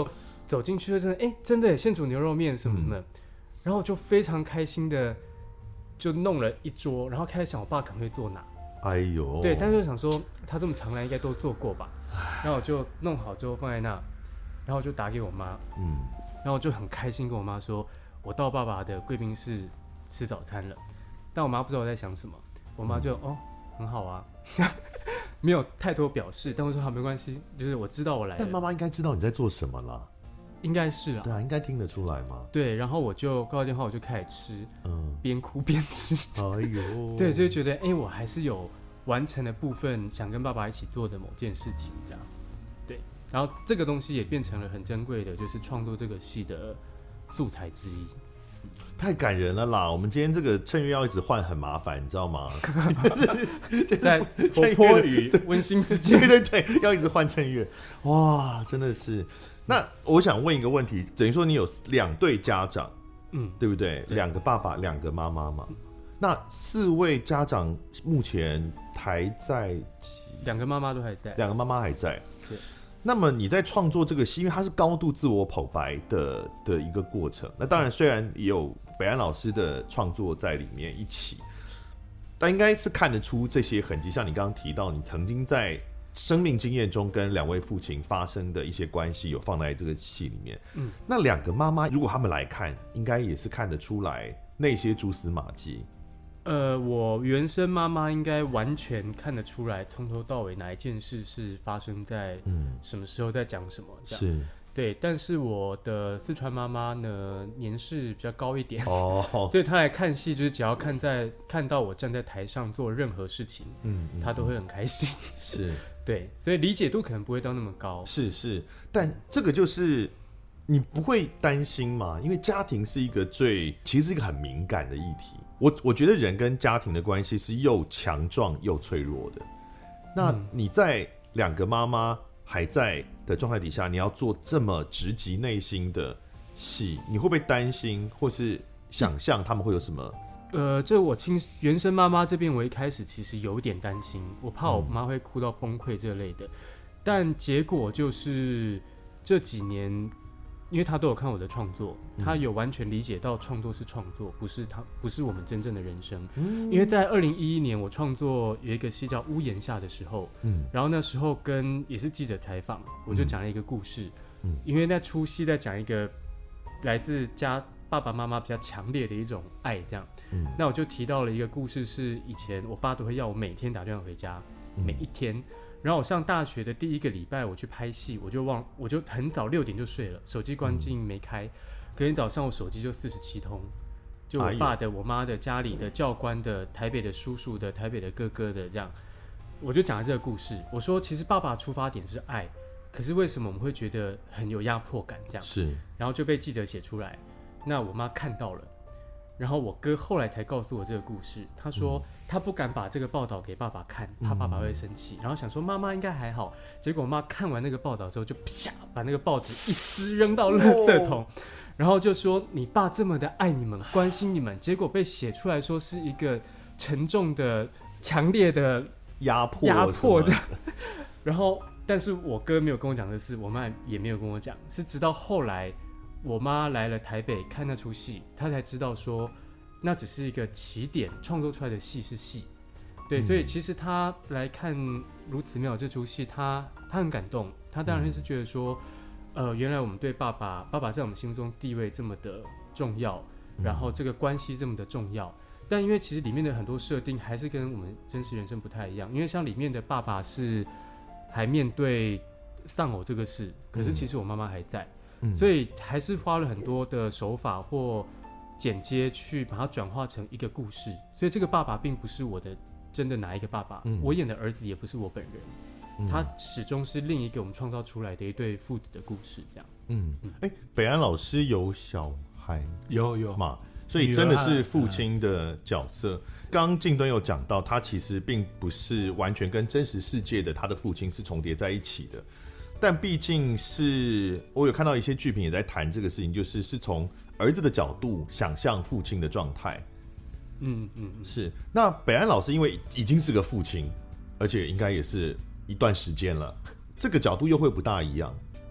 走进去就真的真的现煮牛肉面什么的，然后我就非常开心的就弄了一桌，然后开始想我爸可能会做哪。 哎呦， 对，但是就想说他这么常来应该都做过吧，然后我就弄好之后放在那，然后我就打给我妈，然后我就很开心跟我妈说，我到爸爸的贵宾室吃早餐了，但我妈不知道我在想什么，我妈就很好啊，没有太多表示，但我说好没关系，就是我知道我来了。 但妈妈应该知道你在做什么啦， 应该是啦， 对啊，应该听得出来嘛。 对，然后我就挂电话，我就开始吃，边哭边吃。 哎呦， 对，就觉得我还是有完成的部分，想跟爸爸一起做的某件事情，这样。对，然后这个东西也变成了很珍贵的，就是创作这个戏的素材之一。 太感人了啦！我们今天这个衬乐要一直换，很麻烦，你知道吗？ 在活泼与温馨之间， 对，要一直换衬乐，哇，真的是。那我想问一个问题，等于说你有2对家长，对不对？2个爸爸，2个妈妈嘛。那4位家长目前还在 ？2个妈妈都还在 ，2个妈妈还在。 对。 那么你在创作这个戏，因为它是高度自我剖白的一个过程。那当然，虽然也有北安老师的创作在里面一起，但应该是看得出这些痕迹。像你刚刚提到，你曾经在生命经验中跟2位父亲发生的一些关系，有放在这个戏里面。那2个妈妈，如果他们来看，应该也是看得出来那些蛛丝马迹。 我原生妈妈应该完全看得出来，从头到尾哪一件事是发生在什么时候，在讲什么，这样是。对，但是我的四川妈妈呢，年事比较高一点，所以她来看戏，就是只要看到我站在台上做任何事情，她都会很开心。 是， 对，所以理解度可能不会到那么高。 是，但这个就是你不会担心吗？因为家庭是一个其实是一个很敏感的议题。我觉得人跟家庭的关系是又强壮又脆弱的。那你在2个妈妈还在的状态底下，你要做这么直击内心的戏，你会不会担心，或是想象他们会有什么？ 这我原生妈妈这边，我一开始其实有点担心，我怕我妈会哭到崩溃这类的。但结果就是这几年。因为他都有看我的创作，他有完全理解到创作是创作，不是我们真正的人生。因为在2011年，我创作有一个戏叫《屋檐下》的时候，然后那时候也是记者采访，我就讲了一个故事。因为那出戏在讲一个来自家爸爸妈妈比较强烈的一种爱，这样。那我就提到了一个故事，是以前我爸都会要我每天打电话回家，每一天。然后我上大学的第1个礼拜，我去拍戏，我就很早6点就睡了，手机关静没开。隔天早上我手机就47通，就我爸的、我妈的、家里的、教官的、台北的叔叔的、台北的哥哥的，这样。我就讲了这个故事，我说其实爸爸出发点是爱，可是为什么我们会觉得很有压迫感这样？ 是， 然后就被记者写出来，那我妈看到了。然后我哥后来才告诉我这个故事，他说他不敢把这个报道给爸爸看，怕爸爸会生气，然后想说妈妈应该还好，结果我妈看完那个报道之后就啪把那个报纸一撕扔到垃圾桶，然后就说你爸这么的爱你们关心你们，结果被写出来说是一个沉重的强烈的压迫的然后但是我哥没有跟我讲的是，我妈也没有跟我讲，是直到后来我妈来了台北看那出戏，她才知道说那只是一个起点，创作出来的戏是戏。对，所以其实她来看如此妙这出戏，她很感动，她当然是觉得说原来我们对爸爸在我们心中地位这么的重要，然后这个关系这么的重要。但因为其实里面的很多设定还是跟我们真实人生不太一样，因为像里面的爸爸是还面对丧偶这个事，可是其实我妈妈还在，所以还是花了很多的手法或剪接去把它转化成一个故事。所以这个爸爸并不是我的真的哪一个爸爸，我演的儿子也不是我本人，他始终是另一个我们创造出来的一对父子的故事。这样， 北安老师有小孩有嘛？所以真的是父亲的角色。刚刚静敦有讲到，他其实并不是完全跟真实世界的他的父亲是重叠在一起的，但毕竟是我有看到一些剧评也在谈这个事情，就是从儿子的角度想象父亲的状态。是。那北安老师因为已经是个父亲，而且应该也是一段时间了，这个角度又会不大一样。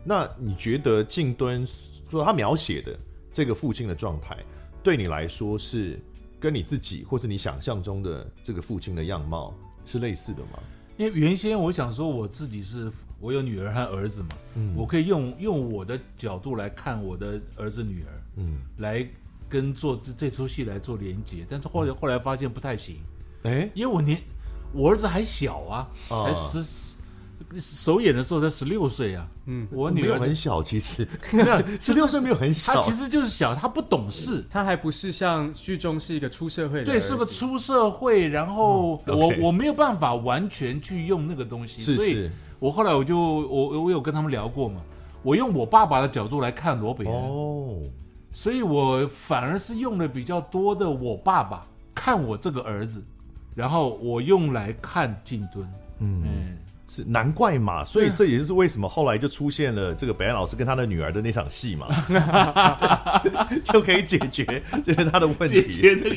那你觉得静敦说他描写的这个父亲的状态，对你来说是跟你自己或是你想象中的这个父亲的样貌是类似的吗？ 因为原先我想说我自己我有女儿和儿子嘛，我可以用我的角度来看我的儿子女儿，来跟做这出戏来做连结，但是后来发现不太行，因为我儿子还小啊，才首演的时候才16岁啊，我女儿没有很小，其实16岁没有很小， 他其实就是小，他不懂事， 他还不是像剧中是一个出社会的， 对，是个出社会，然后我没有办法完全去用那个东西，所以我后来我有跟他们聊过嘛，我用我爸爸的角度来看罗北安，所以我反而是用了比较多的我爸爸看我这个儿子，然后我用来看静敦， 是难怪嘛，所以这也就是为什么后来就出现了这个北安老师跟他的女儿的那场戏嘛，就可以解决就是他的问题， 解决那个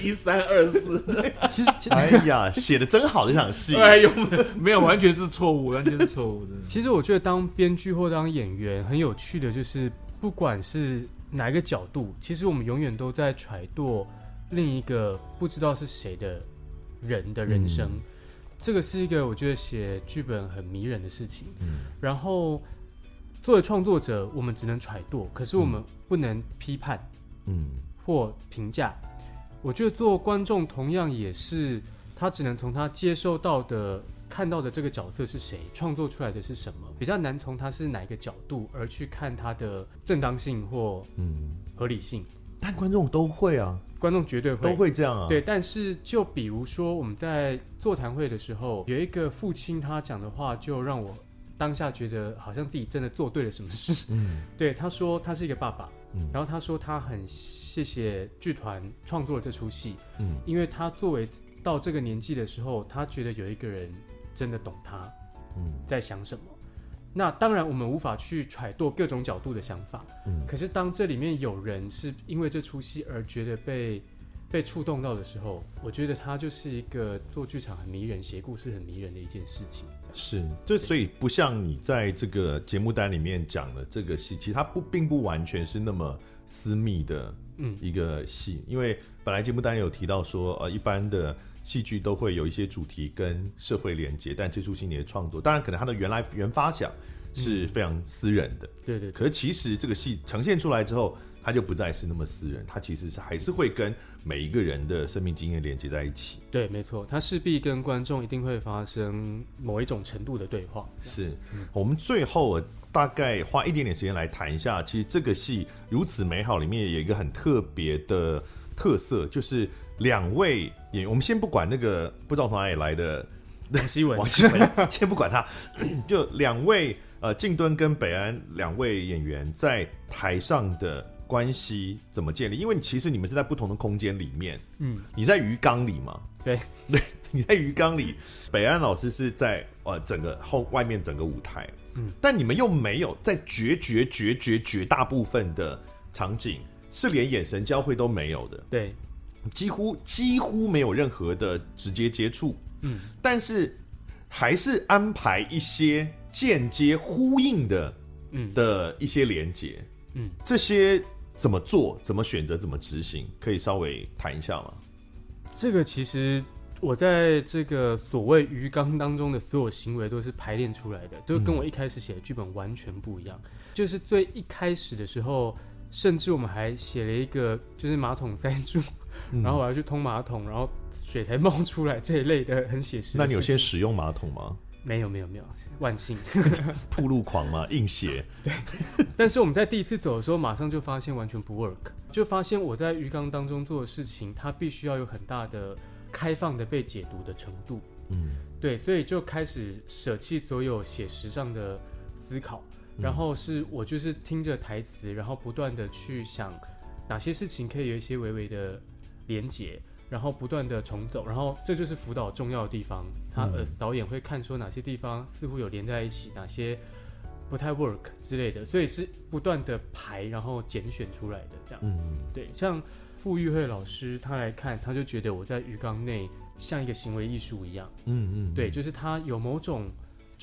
1324。 其实哎呀，写的真好这场戏， 没有完全是错误，完全是错误的。 其实我觉得当编剧或当演员很有趣的就是，不管是哪一个角度，其实我们永远都在揣度另一个不知道是谁的人的人生。这个是一个我觉得写剧本很迷人的事情，然后作为创作者我们只能揣度，可是我们不能批判或评价。我觉得做观众同样也是，他只能从他接受到的看到的这个角色是谁，创作出来的是什么，比较难从他是哪一个角度而去看他的正当性或合理性。 但观众都会啊， 观众绝对会都会这样啊。 对，但是就比如说我们在座谈会的时候，有一个父亲他讲的话，就让我当下觉得好像自己真的做对了什么事。对，他说他是一个爸爸，然后他说他很谢谢剧团创作了这出戏，因为他作为到这个年纪的时候，他觉得有一个人真的懂他，在想什么。那当然我们无法去揣度各种角度的想法，可是当这里面有人是因为这出戏而觉得被触动到的时候，我觉得它就是一个做剧场很迷人、写故事很迷人的一件事情。 是，就所以不像你在这个节目单里面讲的这个戏，其实它并不完全是那么私密的一个戏，因为本来节目单有提到说，一般的戏剧都会有一些主题跟社会连结，但这出戏你的创作，当然可能它的原发想是非常私人的， 对。 可是其实这个戏呈现出来之后，它就不再是那么私人，它其实还是会跟每一个人的生命经验连接在一起。 对，没错，它势必跟观众一定会发生某一种程度的对话。 是，我们最后大概花一点点时间来谈一下，其实这个戏如此美好里面有一个很特别的特色，就是2位演员，我们先不管那个不知道从哪里来的王希文， 先不管他，就2位静敦跟北安2位演员在台上的关系怎么建立？因为其实你们是在不同的空间里面，你在鱼缸里嘛， 对， 你在鱼缸里，北安老师是在整个外面整个舞台，但你们又没有在绝大部分的场景是连眼神交汇都没有的， 对， 几乎没有任何的直接接触，但是还是安排一些间接呼应的一些连结，这些怎么做、怎么选择、怎么执行，可以稍微谈一下吗？ 这个其实我在这个所谓鱼缸当中的所有行为都是排练出来的，就跟我一开始写的剧本完全不一样。就是最一开始的时候，甚至我们还写了一个，就是马桶塞住，然后我要去通马桶，然后水才冒出来这一类的很写实的。 那你有先使用马桶吗？ 没有，万幸。 暴露狂吗？硬写。 对。但是我们在第一次走的时候，马上就发现完全不 work， 就发现我在鱼缸当中做的事情，它必须要有很大的开放的被解读的程度。对，所以就开始舍弃所有写实上的思考，然后是我就是听着台词，然后不断的去想哪些事情可以有一些微微的连结。然后不断的重走，然后这就是辅导重要的地方。他导演会看说哪些地方似乎有连在一起，哪些不太 work 之类的，所以是不断的排，然后拣选出来的这样。对，像傅玉慧老师他来看，他就觉得我在鱼缸内像一个行为艺术一样。对，就是他有某种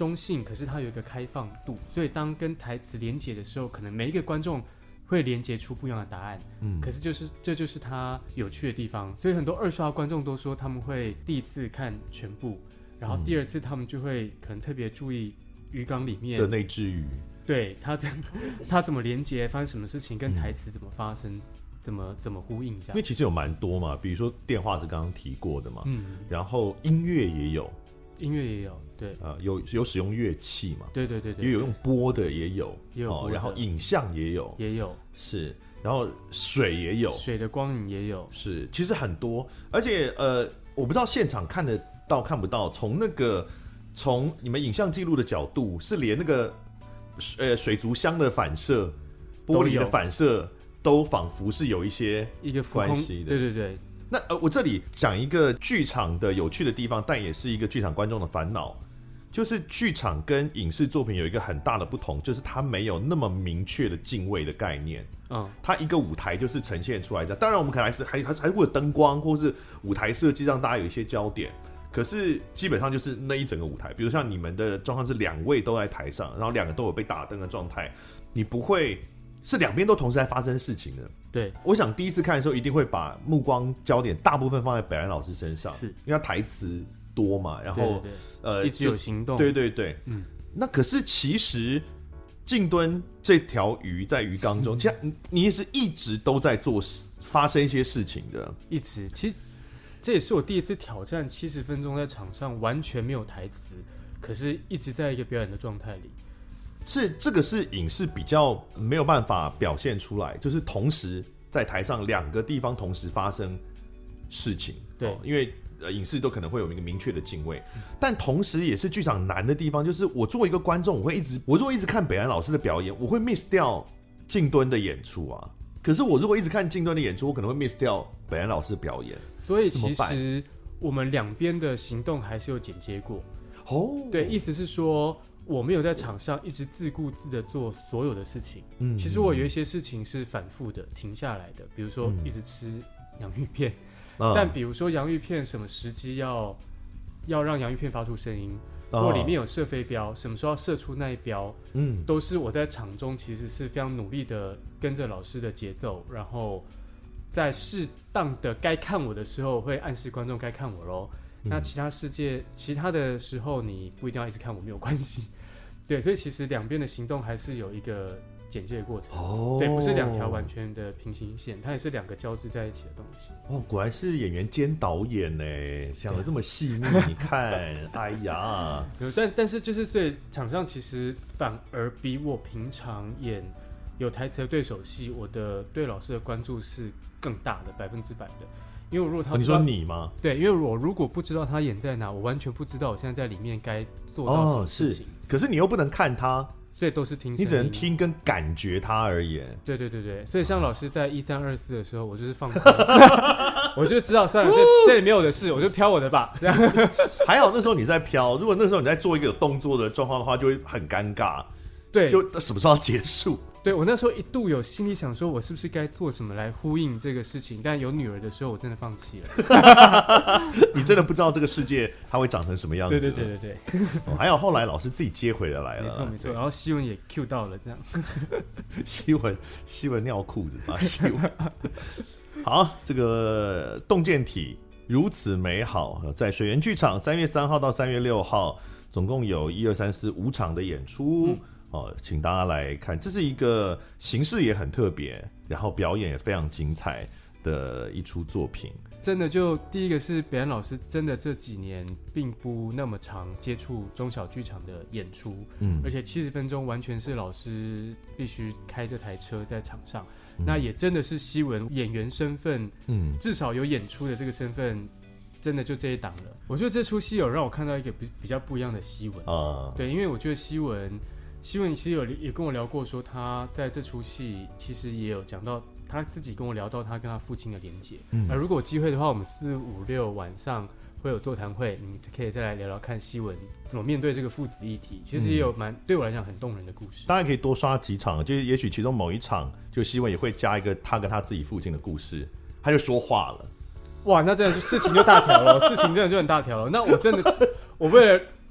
中性，可是它有一个开放度，所以当跟台词连结的时候，可能每一个观众会连结出不一样的答案。可是这就是它有趣的地方，所以很多二刷观众都说他们会第一次看全部，然后第二次他们就会可能特别注意鱼缸里面的那只鱼， 对它怎么连结，发生什么事情，跟台词怎么发生。怎么呼应这样？ 因为其实有蛮多嘛，比如说电话是刚刚提过的嘛，然后音乐也有，对，有使用乐器嘛， 对， 也有用播的也有，然后影像也有，是，然后水也有， 水的光影也有， 是，其实很多，而且我不知道现场看得到看不到，从你们影像记录的角度，是连那个水族箱的反射、玻璃的反射。都仿佛是有一些关系的， 对。 那我这里讲一个剧场的有趣的地方，但也是一个剧场观众的烦恼，就是剧场跟影视作品有一个很大的不同，就是它没有那么明确的敬畏的概念。它一个舞台就是呈现出来的，当然我们可能还会有灯光或是舞台设计让大家有一些焦点，可是基本上就是那一整个舞台。比如像你们的状况是2位都在台上，然后2个都有被打灯的状态，你不会。是两边都同时在发生事情的。 对， 我想第一次看的时候一定会把目光焦点大部分放在北安老师身上， 是因为他台词多嘛，然后一直有行动， 对，那可是其实静蹲这条鱼在鱼缸中，其实你是一直都在发生一些事情的， 一直。其实这也是我第一次挑战70分钟在场上完全没有台词，可是一直在一个表演的状态里。 这个是影视比较没有办法表现出来，就是同时在台上2个地方同时发生事情， 对， 因为影视都可能会有一个明确的敬畏，但同时也是剧场难的地方，就是我作为一个观众，我如果一直看北安老师的表演，我会 miss 掉静蹲的演出啊。可是我如果一直看静蹲的演出，我可能会 miss 掉北安老师的表演。 所以其实我们2边的行动还是有剪接过。对，意思是说。我没有在场上一直自顾自的做所有的事情，其实我有一些事情是反复的停下来的，比如说一直吃洋芋片，但比如说洋芋片什么时机要让洋芋片发出声音，或里面有射飞镖，什么时候要射出那一镖，都是我在场中其实是非常努力的跟着老师的节奏，然后在适当的该看我的时候会暗示观众该看我咯。那其他的时候你不一定要一直看我，没有关系。对，所以其实2边的行动还是有一个剪接的过程。对，不是2条完全的平行线，它也是2个交织在一起的东西。 果然是演员兼导演呢，想得这么细腻。你看，哎呀， 但是就是所以场上其实反而比我平常演有台词的对手戏，我的对老师的关注是更大的，100%的。因为如果他你说你吗？ 对，因为我如果不知道他演在哪，我完全不知道我现在在里面该做到什么事情。 可是你又不能看他， 所以都是听声音， 你只能听跟感觉他而已。 对，所以像老师在1324的时候，我就是放空，我就知道算了，这里没有我的事，我就飘我的吧。这样还好那时候你在飘，如果那时候你在做一个有动作的状况的话，就会很尴尬。 对， 就什么时候要结束？ 对，我那时候一度有心里想说，我是不是该做什么来呼应这个事情？但有女儿的时候，我真的放弃了。 你真的不知道这个世界它会长成什么样子？ 对。 还有后来老师自己接回来了， 没错。然后希文也 Q 到了，这样。 希文尿裤子吧，希文。好，这个洞见体如此美好，在水源剧场3月3号到3月6号。总共有1、2、3、4 5场的演出，请大家来看。这是一个形式也很特别，然后表演也非常精彩的一出作品。 真的，就第一个是北安老师，真的这几年并不那么常接触中小剧场的演出，而且70分钟完全是老师必须开这台车在场上，那也真的是希文演员身份，至少有演出的这个身份。真的就这一档了。我觉得这出戏有让我看到一个比较不一样的希文对，因为我觉得希文其实也跟我聊过，说他在这出戏其实也有讲到他自己跟我聊到他跟他父亲的连结。如果有机会的话，我们4、5、6晚上会有座谈会，你们可以再来聊聊看希文怎么面对这个父子议题。其实也有对我来讲很动人的故事。 当然可以多刷几场，就是也许其中某一场，就希文也会加一个他跟他自己父亲的故事，他就说话了。 哇，那真的是事情就大条了，事情真的就很大条了。那我真的，我为了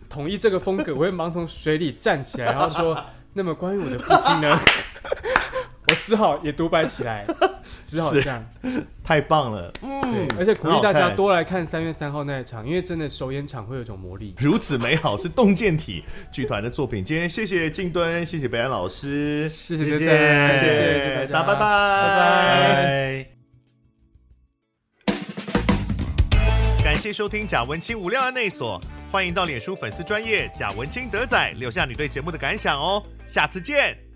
统一这个风格，我会忙从水里站起来，然后说：“那么关于我的父亲呢？”我只好也独白起来，只好这样。 太棒了， 对，而且鼓励大家多来看3月3号那一场，因为真的首演场会有一种魔力。 如此美好，是洞见体剧团的作品。今天谢谢静敦，谢谢北安老师， 谢谢大家，拜拜， 拜拜。感谢收听贾文清无料案内所，欢迎到脸书粉丝专页贾文清德仔留下你对节目的感想哦，下次见。